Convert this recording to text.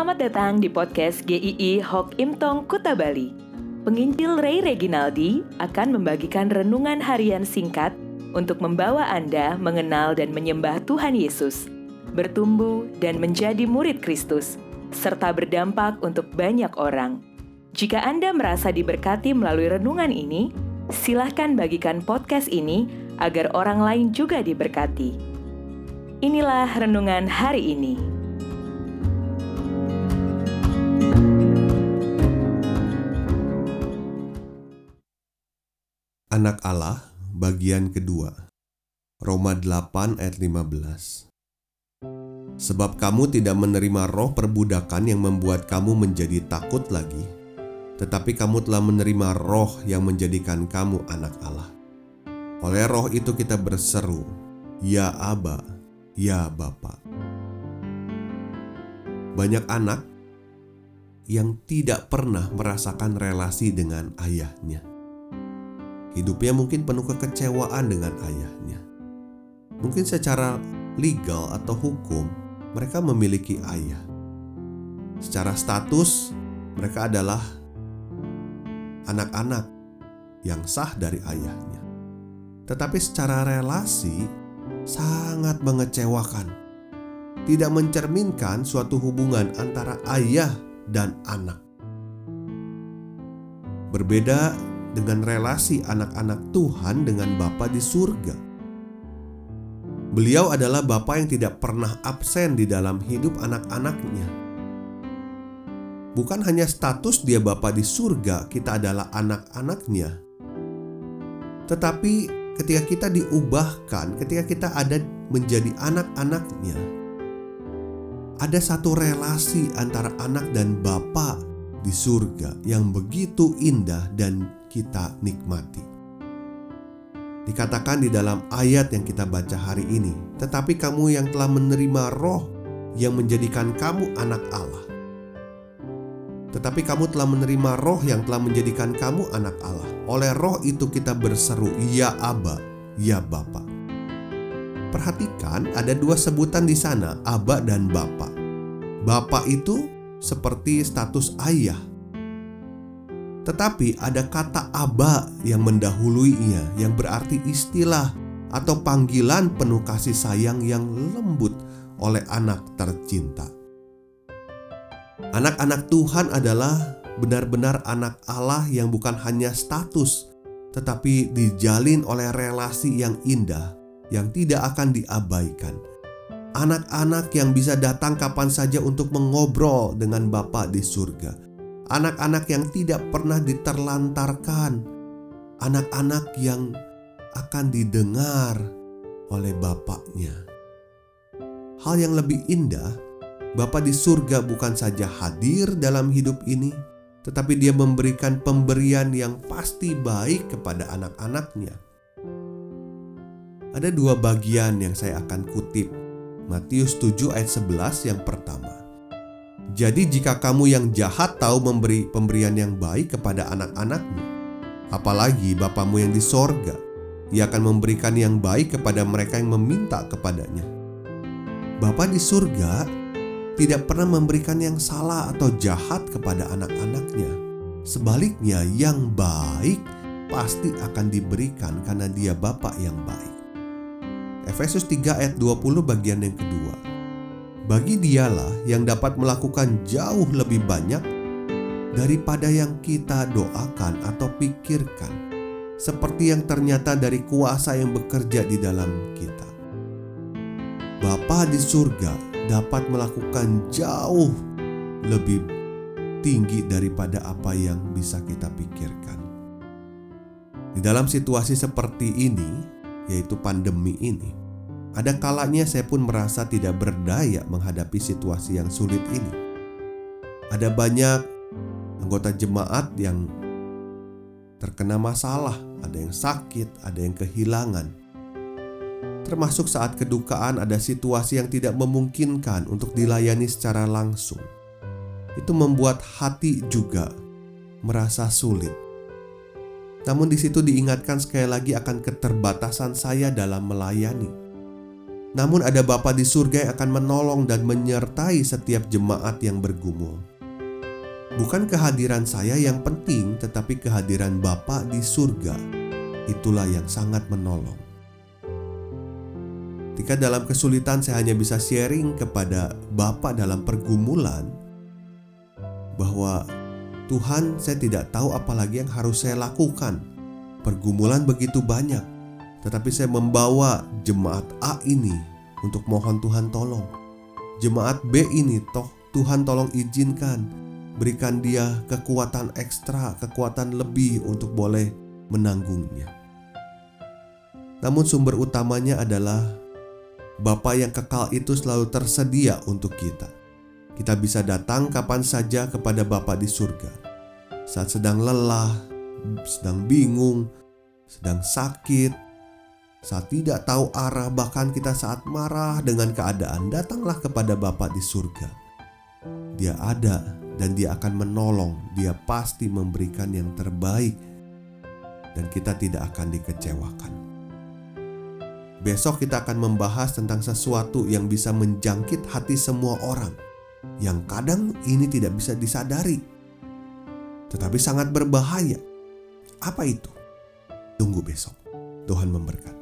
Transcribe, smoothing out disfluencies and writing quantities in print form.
Selamat datang di podcast GII Hok Im Tong Kuta Bali. Penginjil Ray Reginaldi akan membagikan renungan harian singkat untuk membawa Anda mengenal dan menyembah Tuhan Yesus, bertumbuh dan menjadi murid Kristus, serta berdampak untuk banyak orang. Jika Anda merasa diberkati melalui renungan ini, silahkan bagikan podcast ini agar orang lain juga diberkati. Inilah renungan hari ini. Anak Allah, bagian kedua. Roma 8 ayat 15. Sebab kamu tidak menerima roh perbudakan yang membuat kamu menjadi takut lagi, tetapi kamu telah menerima roh yang menjadikan kamu anak Allah. Oleh roh itu kita berseru, Ya Aba, Ya Bapa. Banyak anak yang tidak pernah merasakan relasi dengan ayahnya. Hidupnya mungkin penuh kekecewaan dengan ayahnya. Mungkin secara legal atau hukum mereka memiliki ayah. Secara status mereka adalah anak-anak yang sah dari ayahnya. Tetapi secara relasi sangat mengecewakan. Tidak mencerminkan suatu hubungan antara ayah dan anak. Berbeda dengan relasi anak-anak Tuhan dengan Bapa di surga. Beliau adalah Bapa yang tidak pernah absen di dalam hidup anak-anaknya. Bukan hanya status dia Bapa di surga, kita adalah anak-anaknya. Tetapi ketika kita diubahkan, ketika kita ada menjadi anak-anaknya, ada satu relasi antara anak dan Bapa di surga yang begitu indah dan kita nikmati. Dikatakan di dalam ayat yang kita baca hari ini, tetapi kamu yang telah menerima roh yang menjadikan kamu anak Allah. Tetapi kamu telah menerima roh yang telah menjadikan kamu anak Allah. Oleh roh itu kita berseru, Ya Aba, Ya Bapa. Perhatikan ada dua sebutan di sana, Aba dan Bapa. Bapa itu seperti status ayah. Tetapi ada kata Aba yang mendahuluinya, yang berarti istilah atau panggilan penuh kasih sayang yang lembut oleh anak tercinta. Anak-anak Tuhan adalah benar-benar anak Allah yang bukan hanya status, tetapi dijalin oleh relasi yang indah, yang tidak akan diabaikan. Anak-anak yang bisa datang kapan saja untuk mengobrol dengan Bapa di surga. Anak-anak yang tidak pernah diterlantarkan. Anak-anak yang akan didengar oleh Bapaknya. Hal yang lebih indah, Bapa di surga bukan saja hadir dalam hidup ini, tetapi Dia memberikan pemberian yang pasti baik kepada anak-anaknya. Ada dua bagian yang saya akan kutip. Matius 7 ayat 11 yang pertama. Jadi jika kamu yang jahat tahu memberi pemberian yang baik kepada anak-anakmu, apalagi Bapamu yang di sorga, Ia akan memberikan yang baik kepada mereka yang meminta kepadanya. Bapa di surga tidak pernah memberikan yang salah atau jahat kepada anak-anaknya. Sebaliknya yang baik pasti akan diberikan karena Dia Bapa yang baik. Efesus 3 ayat 20 bagian yang kedua. Bagi Dialah yang dapat melakukan jauh lebih banyak daripada yang kita doakan atau pikirkan, seperti yang ternyata dari kuasa yang bekerja di dalam kita. Bapa di surga dapat melakukan jauh lebih tinggi daripada apa yang bisa kita pikirkan. Di dalam situasi seperti ini, yaitu pandemi ini, ada kalanya saya pun merasa tidak berdaya menghadapi situasi yang sulit ini. Ada banyak anggota jemaat yang terkena masalah, ada yang sakit, ada yang kehilangan. Termasuk saat kedukaan ada situasi yang tidak memungkinkan untuk dilayani secara langsung. Itu membuat hati juga merasa sulit. Namun di situ diingatkan sekali lagi akan keterbatasan saya dalam melayani. Namun ada Bapa di surga yang akan menolong dan menyertai setiap jemaat yang bergumul. Bukan kehadiran saya yang penting, tetapi kehadiran Bapa di surga. Itulah yang sangat menolong. Ketika dalam kesulitan saya hanya bisa sharing kepada Bapa dalam pergumulan, bahwa Tuhan, saya tidak tahu apalagi yang harus saya lakukan. Pergumulan begitu banyak, tetapi saya membawa jemaat A ini untuk mohon Tuhan tolong. Jemaat B ini Tuhan tolong izinkan, berikan dia kekuatan ekstra, kekuatan lebih untuk boleh menanggungnya. Namun sumber utamanya adalah Bapa yang kekal itu selalu tersedia untuk kita. Kita bisa datang kapan saja kepada Bapa di surga. Saat sedang lelah, sedang bingung, sedang sakit, saat tidak tahu arah, bahkan kita saat marah dengan keadaan, datanglah kepada Bapa di surga. Dia ada dan dia akan menolong. Dia pasti memberikan yang terbaik dan kita tidak akan dikecewakan. Besok kita akan membahas tentang sesuatu yang bisa menjangkit hati semua orang, yang kadang ini tidak bisa disadari, tetapi sangat berbahaya. Apa itu? Tunggu besok. Tuhan memberkati.